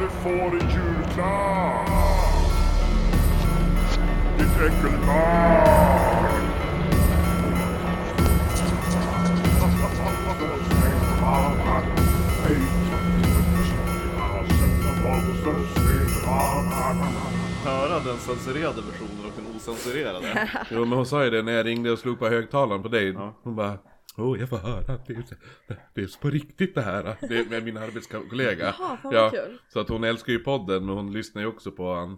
får i julklapp. Ditt äckelbarn. Höra den censurerade versionen och den ocensurerade. Jo, men hon sa ju det när jag ringde och slog på högtalaren på dig. Ja. Hon bara, jag får höra. Det är så på riktigt det här. Det är med min arbetskollega. Jaha, fan vad kul. Så att hon älskar ju podden, men hon lyssnar ju också på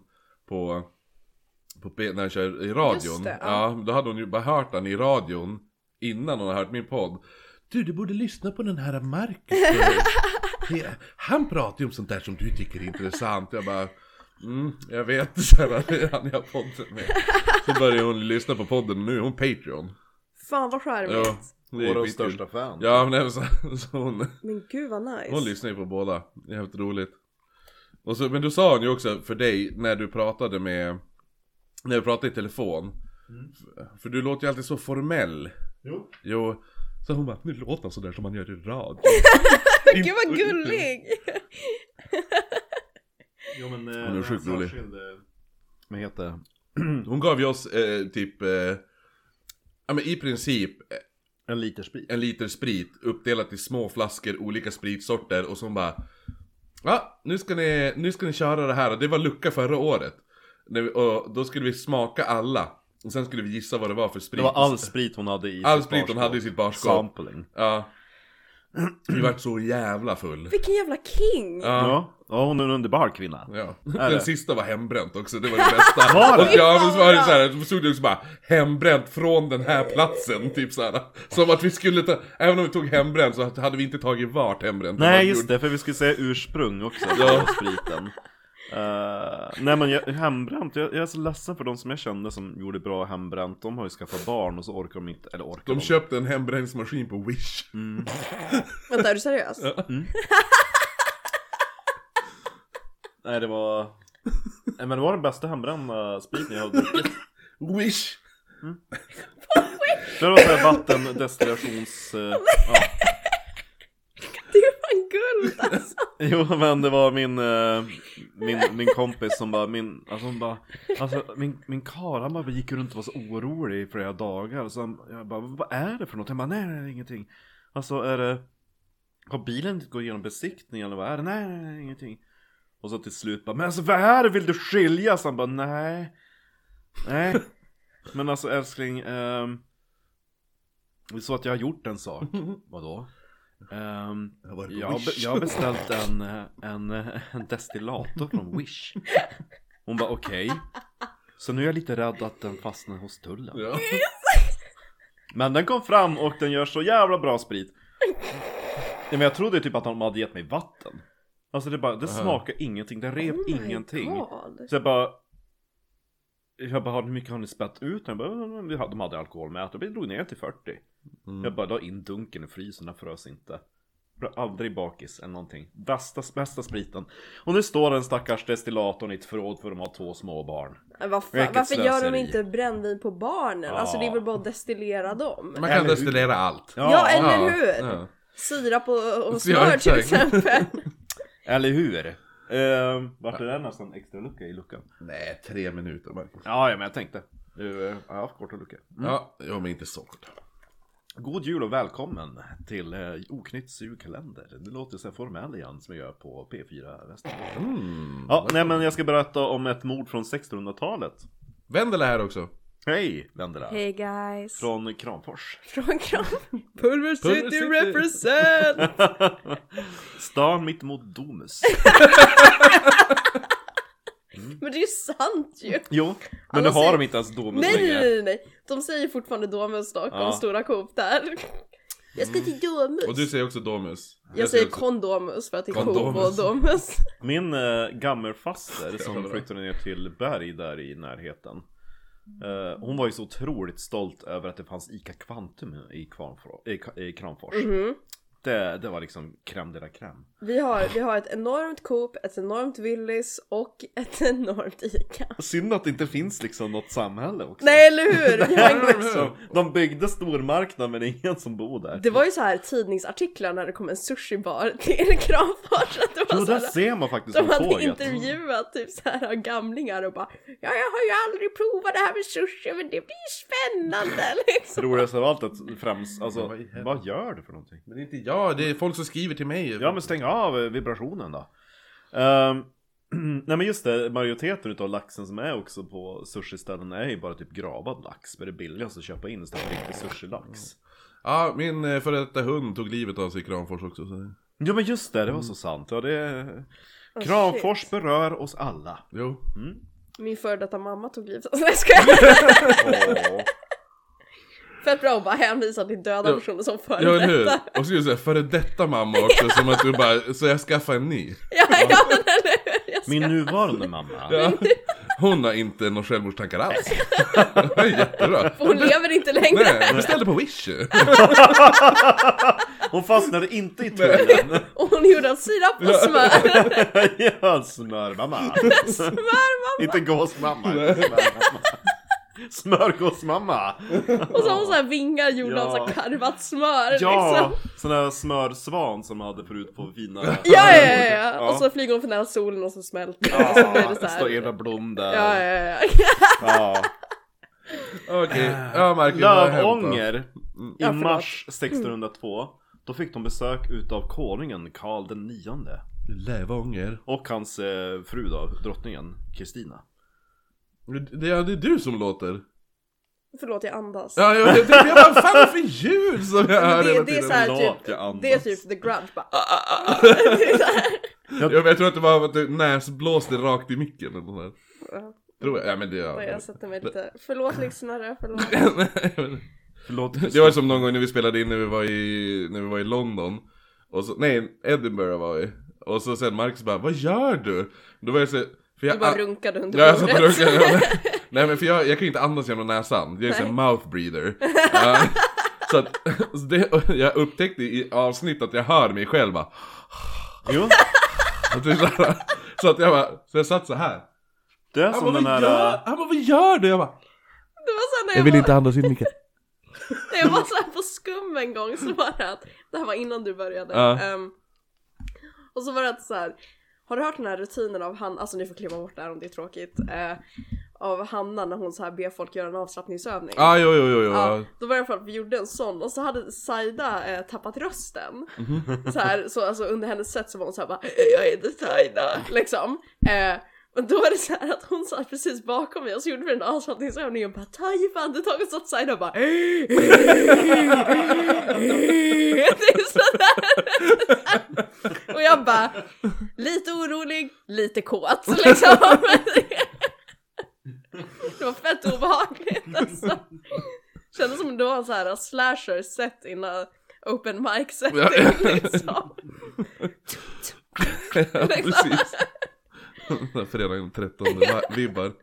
när han kör i radion. Just det, ja, då hade hon ju bara hört den i radion innan hon har hört min podd. Du borde lyssna på den här Marcus. Han pratar ju om sånt där som du tycker är intressant. Jag bara, jag vet, så här, han jag har podden med. Så började hon lyssna på podden och nu är hon Patreon. Fan vad charmigt. Ja, Vår största fan. Ja, men så hon... Men gud vad nice. Hon lyssnar ju på båda. Det är helt roligt. Och så, men du sa hon ju också för dig när du pratade i telefon. För du låter ju alltid så formell. Jo. Så hon bara, nu låter han så där som man gör i radio. Gud vad gullig. Jo, men hon är sjukt rolig. Vad heter hon gav ju oss ja, men i princip en liter sprit uppdelat i små flaskor, olika spritsorter. Och så hon bara, ja, nu ska ni köra det här. Och det var lucka förra året. Och då skulle vi smaka alla. Och sen skulle vi gissa vad det var för sprit. Det var all sprit hon hade i sitt barskåp. Sampling. Ja. Vi vart så jävla full. Vilken jävla king. Ja, hon är en underbar kvinna. Ja. Den sista var hembränt också. Det var det bästa. Var och ja, men så var det så här, så stod det också bara hembränt från den här platsen typ så här. Som att vi skulle ta, även om vi tog hembränt så hade vi inte tagit vart hembränt. Nej, just det, för vi skulle säga ursprung också på spriten. Nej, men hembränt, jag är så ledsen för de som jag kände som gjorde bra hembränt. De har ju skaffat barn och så orkar de inte, eller orkar de köpte en hembränningsmaskin på Wish. Vänta, är du seriös? Nej, det var den bästa hembrända spriten jag har druckit. Wish. Det var så här vattendestillations Det är fan guld alltså. Jo, men det var min kompis som bara min kar, han bara gick runt och var så orolig i flera dagar. Så jag bara, vad är det för något? Jag bara, nej, ingenting. Alltså, har bilen inte gått igenom besiktning eller vad är det? Nej, ingenting. Och så till slut bara, men alltså vad är det? Vill du skiljas? Han bara, nej. Men alltså älskling, det är så att jag har gjort en sak. Vadå? Jag har beställt en destillator från Wish. Hon bara okej. Så nu är jag lite rädd att den fastnar hos tullen. Ja. Men den kom fram och den gör så jävla bra sprit. Men jag trodde typ att de hade gett mig vatten. Alltså det smakar ingenting. Det rev ingenting. God. Så jag bara, hur mycket har ni spett ut? Jag bara, de hade alkoholmätare. Jag drog ner till 40. Jag bara, la in dunken i frysen, den frös inte. Aldrig bakis eller någonting. Bästa spriten. Och nu står den stackars destillatorn i ett förråd för de har 2 små barn. Varför gör de inte brännvin på barnen? Ja. Alltså det är väl bara att destillera dem. Man kan destillera allt. Ja, eller hur? Ja. Sirap och smör till exempel. Eller hur? Vart är det nästan extra lucka i luckan? Nej, 3 minuter, Marcus. Ja, men jag tänkte. Jag har haft korta lucka. Ja, men inte så kort. God jul och välkommen till Oknytts julkalender. Det låter så här formell igen som jag gör på P4 Västerbotten. Ja, nej, men jag ska berätta om ett mord från 1600-talet. Vendela här också. Hej, Vendela. Hey guys. Från Kramfors. Pulver City represent. Stan mitt mot Domus. Men det är ju sant ju. Jo, men nu har de inte ens Domus längre. Nej. De säger fortfarande Domus dock om Stora Coop där. Jag ska till Domus. Och du säger också Domus. Jag säger kondomus för att det är Coop och Domus. Min gammelfaster som flyttade ner till Berg där i närheten. Hon var ju så otroligt stolt över att det fanns Ica Quantum i Kramfors. Det var liksom crème de la crème. Vi har ett enormt Coop, ett enormt Willys och ett enormt Ica. Synd att det inte finns liksom något samhälle också. Nej, eller hur? Vi har Liksom, de byggde stormarknad men det är ingen som bor där. Det var ju så här tidningsartiklar när det kom en sushibar till Kramfors. Att det var Jo, så där här, ser man faktiskt de på hade tåget. intervjuat typ så här gamlingar och bara jag har ju aldrig provat det här med sushi men det blir spännande liksom. Roligast av allt att främst, alltså, Vad i helvete? vad gör du för någonting? Men det är inte jag, det är folk som skriver till mig. Ja, men stäng av vibrationen då. Nej, men just det, majoriteten utav laxen som är också på sushi-ställen är ju bara typ gravad lax. Men det är billigast att köpa in istället för riktig sushi-lax. Ja, min före detta hund tog livet av sig i Kramfors också. Så. Ja, men just det var så sant. Ja, det... Kramfors berör oss alla. Jo. Min före detta mamma tog livet. Nej, ska jag? Åh. Fett bra att bara hänvisa till döda personer som före Ja, eller hur? detta. Och så säga före detta mamma också, som att du bara, så jag skaffar en ny. Ja, men eller hur? Jag ska... Min nuvarande mamma. Ja. Hon har inte några självmordstankar alls. Det är jättebra. För hon lever inte längre. Nej, jag beställde på Wish. Hon fastnade inte i tullen. Och hon gjorde en sirap och smör. Ja, smörmamma. Smörmamma. Inte gåsmamma. Smörmamma. Smörgåsmamma. Och så har hon så här vingar gjorda av så här karvat smör. Ja, Liksom. sån där smörsvan som man hade förut på fina. Ja. Och så flyger hon för nära solen och så smälter det. Och så blir det så Ja, här. står Eva Blom där. Ja. Ja. Okej, ja Marcus, vad har hänt då? Lövånger i Ja, förlåt. mars 1602. Då fick de besök utav konungen Karl den 9:e. Lövånger. Och hans fru då, drottningen Kristina. Det är du som låter. Förlåt, jag andas. Ja, jag tänkte, vad fan är det för ljud som jag hör hela Det är tiden? så här Förlåt, jag typ, andas. det är typ The Grudge bara. Det är så här. Jag tror att det var att du näsblåste rakt i micken eller något där. Ja. Tror jag, ja men det Jag sätter mig lite. Förlåt lyssnare, förlåt. Förlåt. Det var som någon gång när vi spelade in när vi var i London. Och så, nej, Edinburgh var vi. Och så sen Marcus bara, vad gör du? Då var jag så, för jag Du bara runkade under ja, jag satt och bordet. runkade. Nej men för jag kan ju inte andas genom näsan. Jag är så en mouth breather. Så att så det, jag upptäckte i avsnitt att jag hör mig själv bara. Jo, Så att jag bara, så jag satt så här. det är Han som bara, den här... han bara, vad gör du? Jag bara, Det var så här när jag vill inte andas in micken. när jag var så här på skum en gång så var det att, det här var innan du började. Ja. Och så var det att så här, har du hört den här rutinen av Hanna, alltså ni får klippa bort det här om det är tråkigt, av Hanna när hon så här ber folk göra en avslappningsövning. Jo. Ja, då var det för att vi gjorde en sån och så hade Saida tappat rösten. Så här, så alltså under hennes sätt så var hon så här bara, jag heter Saida liksom. Och då var det så här att hon satt precis bakom mig och så gjorde vi en avslappningsövning och bara ta djupa andetag och så att Saida bara det är sådär. Och jag bara lite orolig, lite kåt liksom. Det var fett obehagligt alltså. Kändes som det var en så här slasher set innan open mic setting liksom. Ja, precis. Fredagen 13 vibbar.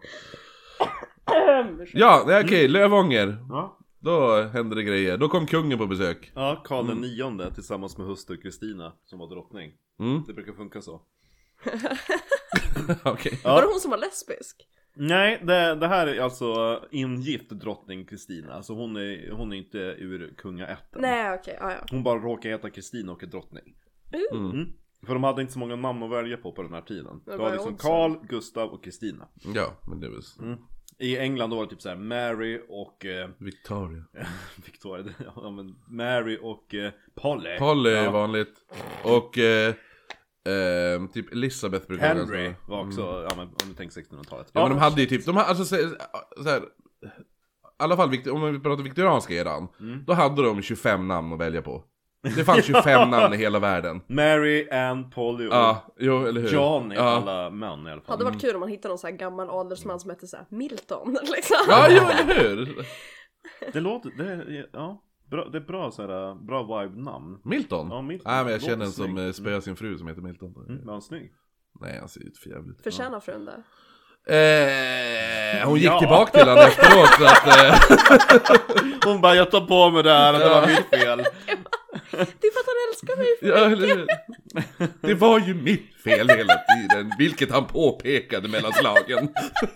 Ja, det är okej, Lövånger. Ja. Då hände det grejer. Då kom kungen på besök. Ja, Karl den 9:e tillsammans med hustru Kristina som var drottning. Mm. Det brukar funka så. Okej. Ja. Var det hon som var lesbisk? Nej, det här är alltså ingift drottning Kristina. Alltså hon är inte ur kungaätten. Nej, okej, ja. Hon bara råkar heta Kristina och är drottning. Mm. För de hade inte så många namn att välja på den här tiden. Det var liksom också. Karl, Gustav och Kristina. Ja, men det var I England då var det typ så här Mary och Victoria. Victoria, ja men Mary och Polly. Polly är Ja. vanligt. Och typ Elizabeth brukar vara Henry ganska- var också, ja men om du tänker 1600-talet. Ja, men de hade ju typ, alltså så här, i alla fall om vi pratar viktorianska eran, då hade de 25 namn att välja på. Det fanns 25 namn i hela världen. Mary, Anne, Polly och Ja, jo, eller hur? John är Ja. alla män i alla fall. Hade varit kul om man hittade någon så här gammal adelsman som hette så här Milton liksom. Ja, jo, eller hur? Det låter, ja, bra, det är bra så här, bra vibe-namn. Milton? Ja, Milton. Nej, men jag Låter känner en som snyggt. spöar sin fru som heter Milton. Var han snygg? Nej, han ser ut för jävligt. Förtjänar frun det? Hon gick Ja. tillbaka till honom efteråt så att... Hon bara, jag tar på mig det här, det var mitt fel. Det är för att han älskar mig för Ja, mycket. eller, det var ju mitt fel hela tiden, vilket han påpekade mellan slagen.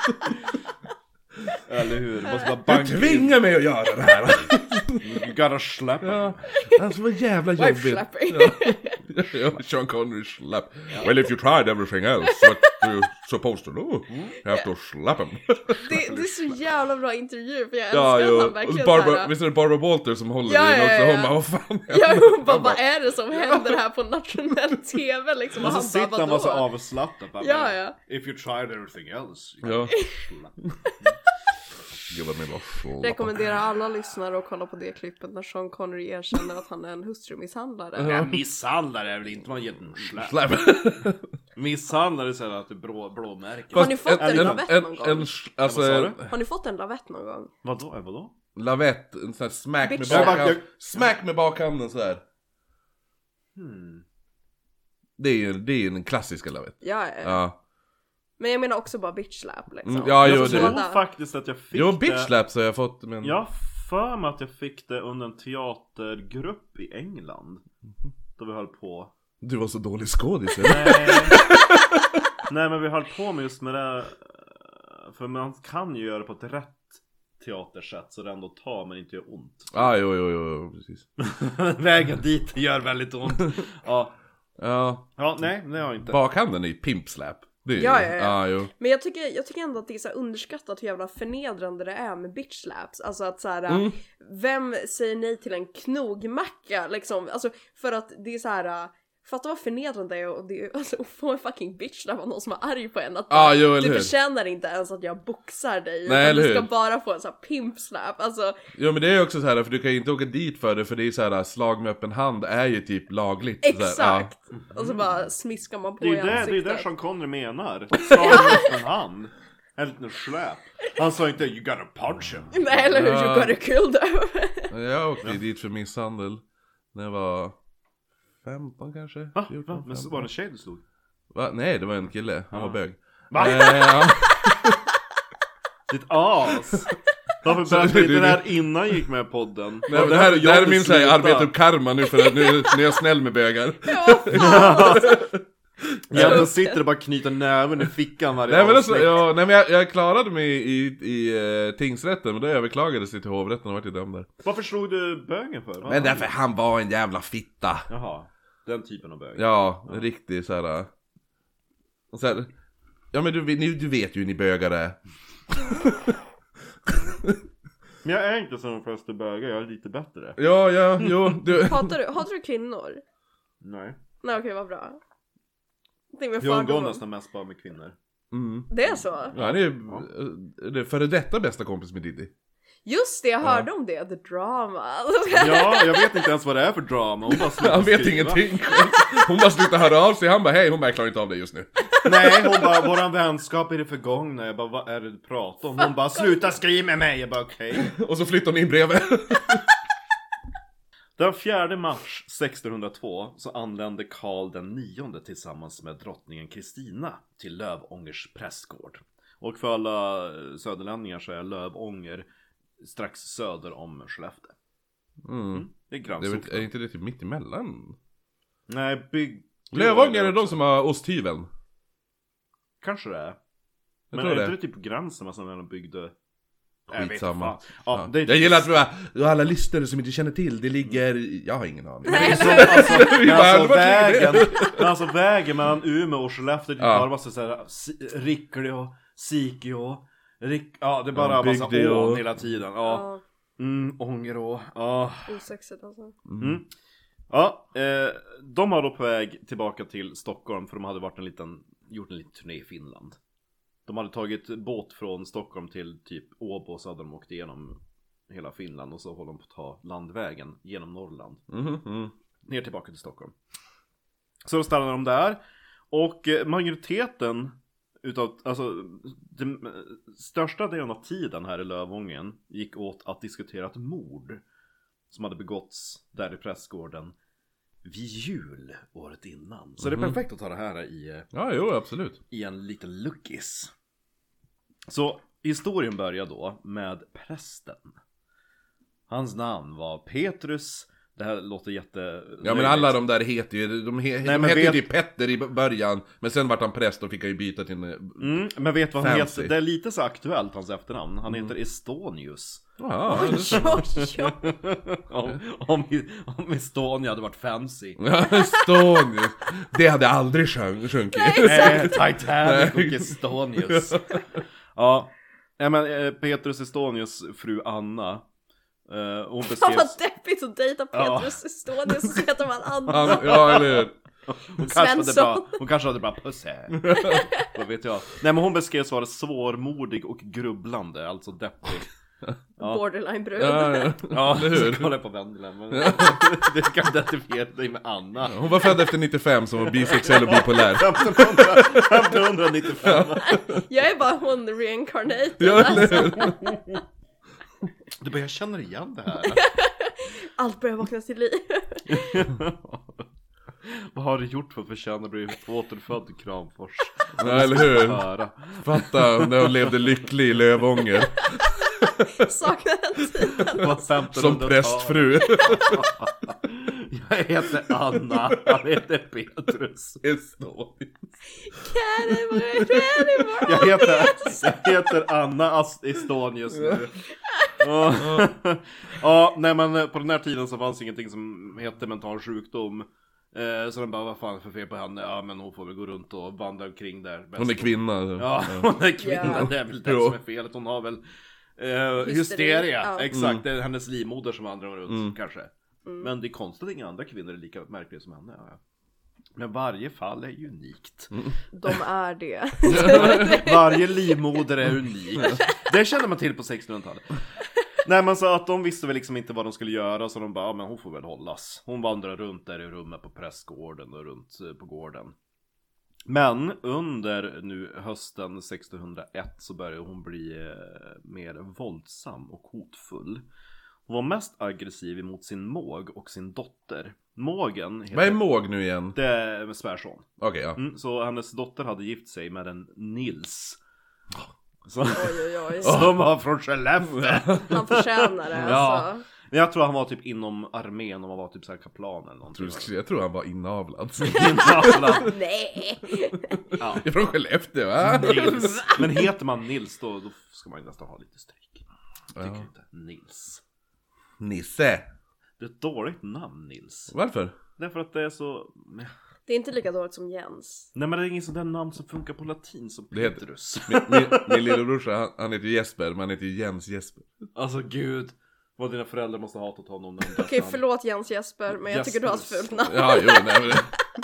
Eller hur? Det måste bara Du banka tvingar mig att göra det här. You gotta slap him. Ja, alltså vad jävla Wife jobbigt. slapping. Ja, Sean Connery slap. Well, if you tried everything else, what you're supposed to do, you have to slap him. Det är så jävla bra intervju, för jag Ja, älskar att han jo. verkligen Barbara, visst är det Barbara Walters som håller Ja, i den ja, också? ja. Hon bara, vad fan Ja, hon bara, vad är det som händer här på nationell tv liksom? Och så sitter han bara så vadå? avslappnad. Bara, Ja, ja. If you tried everything else. You Ja. gotta slap. Gud vad mig bara slappa. Rekommenderar alla lyssnare att kolla på det klippet när Sean Connery erkänner att han är en hustrumisshandlare. Ja, misshandlare är väl inte man ger en slap. Slap. Misshandlare säger att det är blåmärken. Har ni fått en lavett någon gång? Alltså, Vad sa du? Har ni fått en lavett någon gång? Vadå? lavett, en sån här smack med Bitch bakhanden. slap. Smack med bakhanden så här. Det är ju en klassiska lavett. Ja. Ja. Men jag menar också bara bitch slap liksom. Ja, Jag jo, tror det. faktiskt att jag fick Jo, det. bitch slaps har jag fått, men... Jag har för mig att jag fick det under en teatergrupp i England. Då vi höll på. Du var så dålig skådis. eller? Nej. Nej, men vi höll på med just med det. För man kan ju göra det på ett rätt teatersätt så det ändå tar men inte gör ont. Jo, precis. Vägen dit gör väldigt ont. Ja, Ja, nej, det har jag inte. bakhanden är ju pimp slap. Det är ju... Ja. Jo. Men jag tycker ändå att det är så här underskattat hur jävla förnedrande det är med bitch slaps. Alltså att så här, vem säger nej till en knogmacka liksom? Alltså för att det är så här. Fatta vad förnedrande det är och det är, alltså, att få en fucking bitch slap av någon som är arg på en. Att Jo, eller du hur? förtjänar inte ens att jag boxar dig. Nej, utan eller du ska hur? bara få en sån här pimp slap. Alltså, Jo, men det är ju också så här, för du kan ju inte åka dit för det, för det är så här, slag med öppen hand är ju typ lagligt. Så här, exakt. Och så bara smiskar man på Det i är det ansiktet. Sean Connery menar. Slag med en hand. En liten släp. Han sa inte you gotta punch him. Nej, eller hur? Ja. You gotta kill them. Ja. Jag åkte dit för misshandel när jag var 15 kanske. Va? 14, Va? Men så var det en tjej du slog? Va? Nej, det var en kille. Han var bög. Va? Ja. Ditt as! Varför berättade du inte det här innan jag gick med i podden? Nej, det här är min såhär arbete upp karma nu för att nu är jag snäll med bögar. Ja, då sitter det bara knyta näven i fickan varje Nej men, alltså, avsnitt. nej, men jag klarade mig i tingsrätten, men då överklagades det till hovrätten och vart jag dömd där. Varför slog du bögen för? Va? Men därför han var en jävla fitta. Jaha, den typen av bög. Ja, en riktig såhär. Och så här, ja men du vet ju hur ni bögar är. Men jag är inte som de flesta bögar, jag är lite bättre. Ja, jo, du. Hatar du kvinnor? Nej. Nej, okej, vad bra. Det är med Jag umgås fördomar. nästan mest bara med kvinnor. Det är så? Ja, han är det före detta bästa kompis med Diddy. Just det, jag hörde om det. The drama. Ja, jag vet inte ens vad det är för drama. Hon bara slutar Han vet skriva. ingenting. Hon bara slutar höra av sig. Han bara, hej, hon bara, jag klarar inte av det just nu. Nej, hon bara, våran vänskap är det förgångna. Jag bara, vad är det du pratar om? Hon bara, sluta skriva med mig. Jag bara, okej. Och så flyttar hon in bredvid. Den 4 mars 1602 så anlände Karl den 9 tillsammans med drottningen Kristina till Lövångers prästgård. Och för alla söderlänningar så är Lövånger strax söder om Skellefteå. Det är grannsocknen. Är inte det typ mitt emellan? Nej, Lövånger är de som har osthyveln. Kanske det är. Men tror är det. inte det typ på gränsen som de byggde? Skitsamma. Ja, det är Jag gillar att vi bara, alla lyssnare som inte känner till, det ligger, jag har ingen aning. Det är så, alltså, Vi bara, alltså, vart ligger vägen, alltså vägen mellan Umeå och Skellefteå, det är Ja. bara massa såhär Ricklio, Sikio, ja det är bara massa Bygdeå. ån hela tiden. Ja. Ångerå. Ja. Osexigt alltså. Ja, de var då på väg tillbaka till Stockholm för de hade gjort en liten turné i Finland. De hade tagit båt från Stockholm till typ Åbo, så hade de åkt igenom hela Finland och så håller de på att ta landvägen genom Norrland. Ner tillbaka till Stockholm. Så då stannade de där. Och majoriteten utav, alltså den största delen av tiden här i Lövången gick åt att diskutera ett mord som hade begåtts där i prästgården vid jul året innan. Så det är perfekt att ta det här Ja, jo, absolut. i en liten luggis. Så historien börjar då med prästen. Hans namn var Petrus Det här låter jätte... Ja men alla de där heter ju, de heter ju Petter i början. Men sen vart han präst och fick ju byta till men vet vad han fancy. heter? Det är lite så aktuellt, hans efternamn. Han heter Estonius. Ja, Om Estonia hade varit fancy. Estonius. Det hade aldrig sjunkit. Titanic och Estonius. Ja, men Petrus Estonius fru Anna. Hon Fan beskrevs... vad deppigt att dejta Petrus Estonius och så heter man Anna. Ja, eller hur? Hon kanske hade bara pussä. Vad vet jag. Nej, men hon beskrevs vara svårmodig och grubblande, alltså deppig. Ja. Borderline-brud. Ja, eller hur? så kollar jag på Vendela, men du kan identifiera dig med Anna. Hon var född efter 95 som var bisexuell och bipolär. 1595. Jag är bara hon reincarnated. Ja, eller alltså. hur? Du bara, jag känner igen det här. Allt börjar vakna till liv. Vad har du gjort för att förtjäna att bli återfödd i Kramfors? Ja, eller hur? Höra. Fatta när hon levde lycklig i Lövånger. Saknar den tiden. Vad 1500-tal. Som prästfru. Jag heter Anna, han heter Petrus. Jag heter Anna Estonius nu. Ja, nej men på den här tiden så fanns ingenting som hette mental sjukdom. Så de bara, vad fan för fel på henne? Ja, men hon får väl gå runt och vandra omkring där. Hon är kvinna. Ja, hon är kvinna, Ja. det är väl det som är felet. Hon har väl hysteria, Ja. exakt, det är hennes livmoder som vandrar runt kanske. Men det är konstigt att inga andra kvinnor är lika märkliga som henne. Ja. Men varje fall är unikt. De är det. Varje livmoder är unik. Det känner man till på 1600-talet. Nej, men så att de visste väl liksom inte vad de skulle göra. Så de bara, ja men hon får väl hållas. Hon vandrar runt där i rummet på prästgården och runt på gården. Men under nu hösten 1601 så började hon bli mer våldsam och hotfull. Hon var mest aggressiv emot sin måg och sin dotter. Mågen heter... Vad är måg nu igen? Det är svärson. Okej, ja. Så hennes dotter hade gift sig med en Nils. Oj, oj, oj. Som var från Skellefteå. Han förtjänar det Ja. alltså. Men jag tror han var typ inom armén och man var typ såhär kaplan eller någonting. Jag tror han var inavlad. Nej. Ja. Det är från Skellefteå, va? Nils. Men heter man Nils då ska man ju nästan ha lite stryk. Tycker jag inte. Nils. Nisse. Det är ett dåligt namn, Nils. Varför? Därför att det är så... Det är inte lika dåligt som Jens. Nej, men det är ingen sån där namn som funkar på latin som Det heter- Petrus. Min lillebrorsa, han heter Jesper, men han heter Jens Jesper. Alltså gud, vad dina föräldrar måste ha hatat honom. Okej, förlåt Jens Jesper, men jag tycker du har ett fult namn. Ja, jo, nej men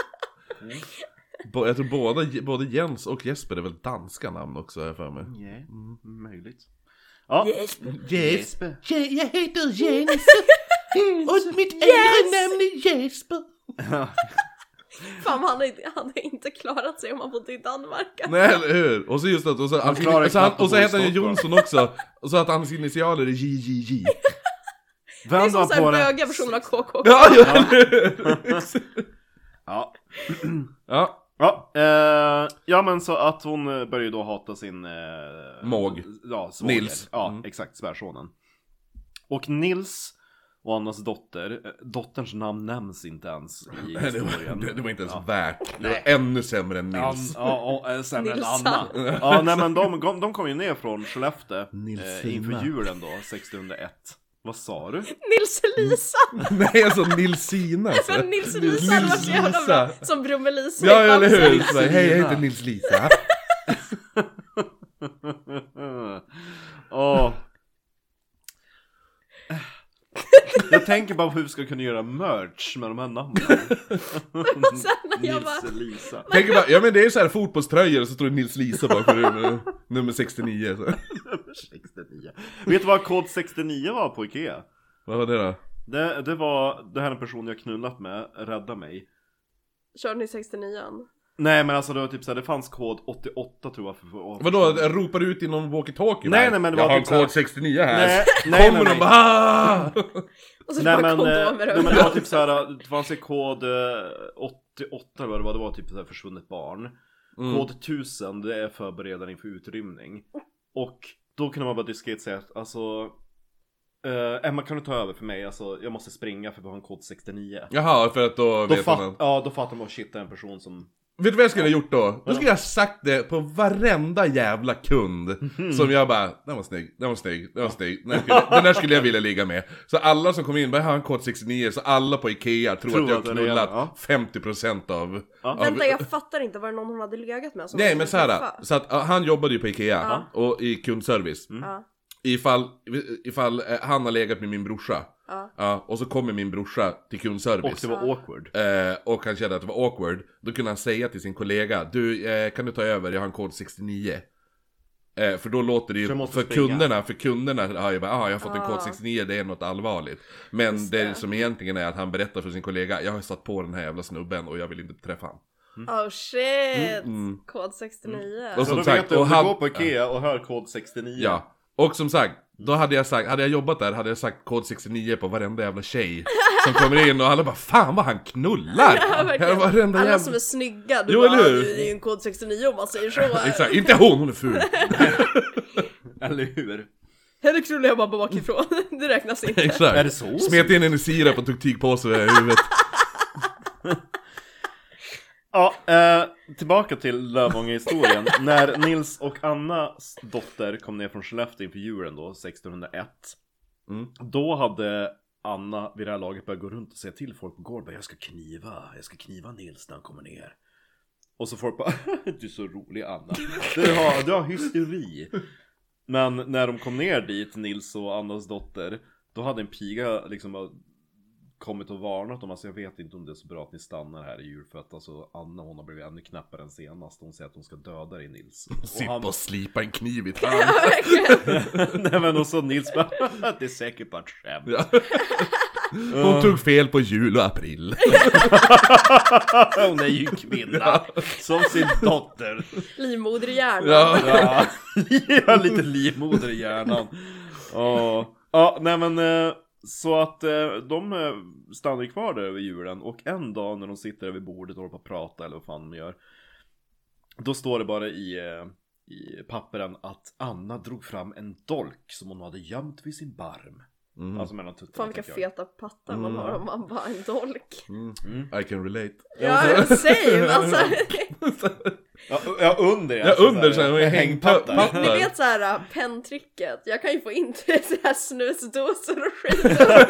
jag tror både Jens och Jesper är väl danska namn också, har jag för mig. Nej, möjligt. Ja, Jesper. Jag heter Jens. Och mitt äldre namn är Jesper. Fan, han har inte klarat sig om han bodde i Danmark. Nej, eller hur? Och så just att, och så heter han ju Jonsson också. Och så att hans initialer är JJJ. Det är Vem som var såhär på det? böga versioner av KK. Ja, ja. Ja. Ja. Ja, men så att hon började ju då hata sin Måg. ja, svåger. Nils. Ja, exakt, svärsonen. Och Nils och Annas dotter, dotterns namn nämns inte ens i historien. Det var inte ens värt. Det var ännu sämre än Nils. Ja, sämre än Nilsson. Anna. Ja, nej, men de kom ju ner från Skellefteå Nilsina. inför julen då, 1601. Vad sa du? Nils Elisa. Nej, alltså Nilsina. Alltså. Men Nils Elisa hade varit så jävla bra. Som Brummelisa. Ja, eller hur? Nilsina. Så, hej, jag heter Nils Lisa. Åh. Jag tänker bara på hur vi ska kunna göra merch med de här namnen. Jag bara- Nils Elisa. Tänker bara, ja men det är så här fotbollströjor och så står det Nils Lisa bakom nummer 69. Så. 69. Vet du vad kod 69 var på Ikea? Vad var det då? Det var, det här är en person jag knullat med, rädda mig. Körde ni 69an? Nej, men alltså det var typ såhär, det fanns kod 88 tror jag för Vadå, ropar du ut i någon walkie-talkie? Nej, nej, men det var jag har typ så här- kod 69 här. Nej, Kommer nej, de bara "Ah!" Och så Nej, bara men kondomer det var typ såhär, det fanns en kod 88 eller vad det var typ såhär försvunnet barn. Kod 1000, det är förberedare inför utrymning. Och då kunde man bara diskret säga att alltså Emma, kan du ta över för mig? Alltså, jag måste springa för vi har en kod 69. Jaha, för att då vet man. Ja, då fattar man att shit är en person som... Vet du vad jag skulle ha gjort då? Då skulle jag ha sagt det på varenda jävla kund. Som jag bara, den var snygg. Den där skulle jag vilja ligga med. Så alla som kommer in, bara har en kod 69. Så alla på Ikea tror att jag har knullat 50% av... Vänta, jag fattar inte, var det någon hon hade legat med? Nej, men så att han jobbade ju på Ikea och i kundservice. Ifall han har legat med min brorsa. Och så kommer min brorsa till kundservice. Och det var awkward. Och han kände att det var awkward. Då kunde han säga till sin kollega, du, kan du ta över, jag har en kod 69. För då låter det ju för kunderna har ju bara, jag har fått en kod 69, det är något allvarligt. Men det som egentligen är att han berättar för sin kollega, jag har satt på den här jävla snubben och jag vill inte träffa han. Oh shit, kod 69. Och som så sagt, om du går på Ikea och hör kod 69. Ja, och som sagt, då hade jag jobbat där, hade jag sagt kod 69 på varenda jävla tjej som kommer in och alla bara, fan vad han knullar. Alla som är snygga, du eller hur? Det är ju en kod 69 om man säger så. Exakt, inte hon är ful. Eller hur? Henne knullar jag bara bakifrån. Det räknas inte. Exakt. Är det så? Smet in en i sirap och tog tygpåse i huvudet. Ja, tillbaka till Lövånger-historien. När Nils och Annas dotter kom ner från Skellefteå inför julen då, 1601. Då hade Anna vid det här laget börjat gå runt och säga till folk på gården, jag ska kniva Nils när han kommer ner. Och så folk bara, du är så rolig Anna. Du har hysteri. Men när de kom ner dit, Nils och Annas dotter, då hade en piga liksom kommit och varnat dem. Alltså jag vet inte om det är så bra att ni stannar här i jul, för att alltså Anna, hon har blivit ännu knappare än senast. Hon säger att hon ska döda dig, Nils. Sitta och slipa en kniv i hand. Nej men och så Nils bara, det är säkert bara ett skämt. Ja. Hon tog fel på jul och april. Hon är ju kvinna. Som sin dotter. Livmoder i hjärnan. Ja, lite livmoder i hjärnan. Ja, nej men så att de stannar kvar där över julen. Och en dag när de sitter över bordet och håller på att prata, eller vad fan de gör, då står det bara i papperen att Anna drog fram en dolk som hon hade gömt vid sin barm. Alltså mellan tuttarna. Fan vilka feta pattar man har om man bara en dolk. I can relate. Ja, same alltså. Jag undrar. Jag undrar så här, hängpattar. Ni vet så här penntricket. Jag kan ju få in så här snusdosor och skit.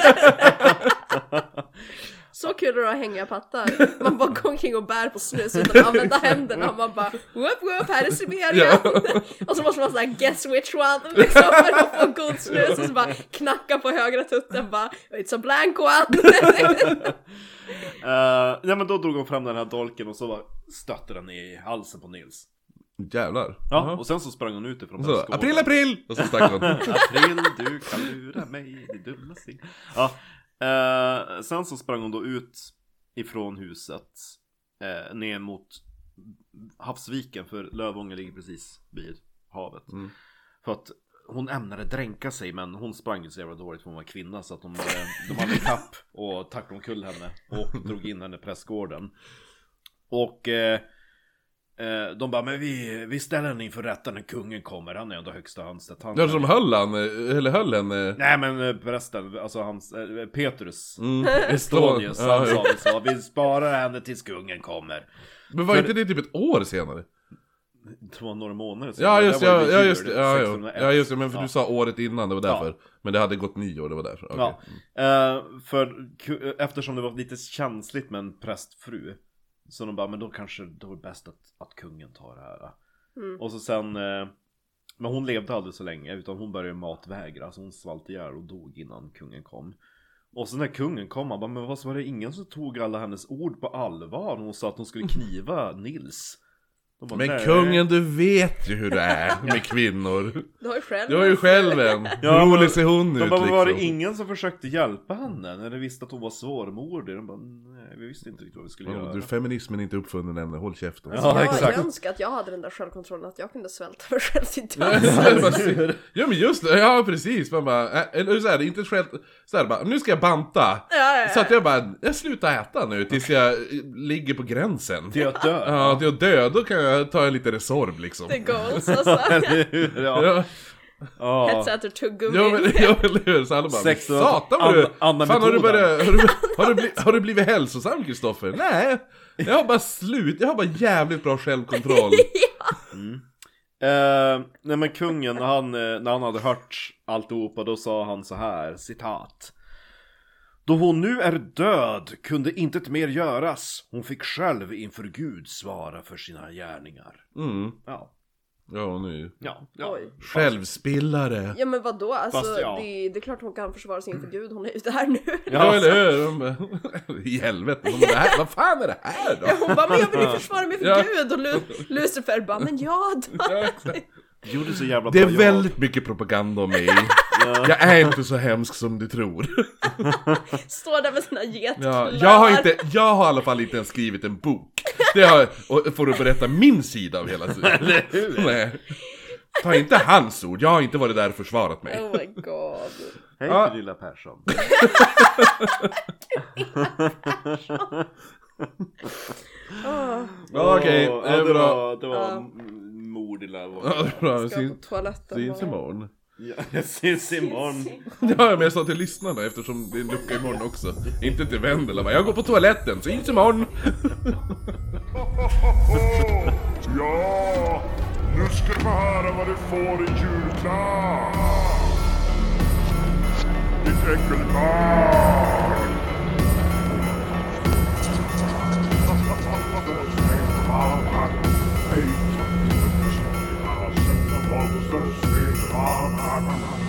Så kul det att hänga pattar. Man bara går omkring och bär på snus utan att använda händerna. Och man bara, whoop, här är Sibirien. Och så måste man säga, guess which one. Liksom, för att få god snus. Och så bara knacka på högra tutten. Bara, it's a blank one. Nej men då drog hon fram den här dolken och så bara stötte den i halsen på Nils. Jävlar. Ja, och sen så sprang hon ut ifrån så, april! Och så stack hon. April, du kan lura mig, det dumma sig. Ja. Sen så sprang hon då ut ifrån huset ner mot havsviken, för Lövånger ligger precis vid havet. För att hon ämnade dränka sig, men hon sprang ju så jävla dåligt för hon var kvinna, så att de hade kapp och tacklade omkull henne och drog in henne i prästgården. Och de bara, men vi ställer henne inför rätta när kungen kommer. Han är ändå högsta anstet. Det är som höll henne. Nej men prästen, alltså hans Petrus Estonius, han sa det så. Vi sparar henne tills kungen kommer. Men var inte det typ ett år senare? Det var några månader sedan. Ja just det, men för du sa året innan, det var därför. Men det hade gått 9 år, det var därför. Okay. För eftersom det var lite känsligt med en prästfru, så de bara, men då kanske det var bäst att kungen tar det här. Och så sen, men hon levde aldrig så länge, utan hon började matvägra. Så hon svalt ihjäl och dog innan kungen kom. Och så när kungen kom, han bara, men vad var det ingen som tog alla hennes ord på allvar? Hon sa att hon skulle kniva Nils. Bara, men nej. Kungen, du vet ju hur det är med kvinnor. Du har ju själv en. Rolig ser hon ut liksom. Var det liksom. ingen som försökte hjälpa henne när de visste att hon var svårmodig? De bara, nej, vi visste inte riktigt vad vi skulle göra. Du, feminismen är inte uppfunnen än, håll käften. Ja, exakt. Jag önskar att jag hade den där självkontrollen, att jag kunde svälta mig själv till döds. Ja men just det, ja precis. Man bara, eller så här, inte själv, så här bara, nu ska jag banta. Så att jag bara, jag slutar äta nu tills jag ligger på gränsen. Till att dö. Ja, till att dö, då kan jag ta lite Resorb liksom. Det goals alltså. Ja. Ja. Hetsäter tuggummi. Ja men eller hur, så alla bara, 16 satan vad du, Anna fan har du metoden. börjat, har du blivit hälsosam Kristoffer? Nej, jag har bara jävligt bra självkontroll. Nej men kungen, när han hade hört alltihopa, då sa han så här, citat: då hon nu är död kunde intet mer göras. Hon fick själv inför Gud svara för sina gärningar. Ja. Ja nu. Ja. Oj. Självspillare. Ja men vadå, alltså Fast, ja. det är klart hon kan försvara sig inför Gud, hon är ju där nu. Ja eller hur? De bara, i helvete, de bara, vad fan är det här då? Ja, hon bara, men jag vill ju försvara mig för Ja. Gud. Och Lucifer bara, men ja då. Gjorde så jävla Det är bra jobb. väldigt mycket propaganda om mig. Jag är inte så hemsk som du tror. Står där med sina getklövar. Ja, jag har i alla fall inte ens skrivit en bok. Det har, och får du berätta min sida av hela tiden. Nej. Ta inte hans ord, jag har inte varit där och försvarat mig. Oh my god. Hej Ja. Pernilla Persson. Okej, Ja, det är bra. det var mord i Ja, lävån. det är bra. Ska på toaletten. Syns imorgon. Ja, jag syns imorgon. Ja, men jag sa till lyssnarna eftersom det är en lucka imorgon också. Inte till Vendela, bara, jag går på toaletten, syns imorgon. Ja, nu ska du få höra vad du får i julklapp. Ditt äckelbarn. Hej.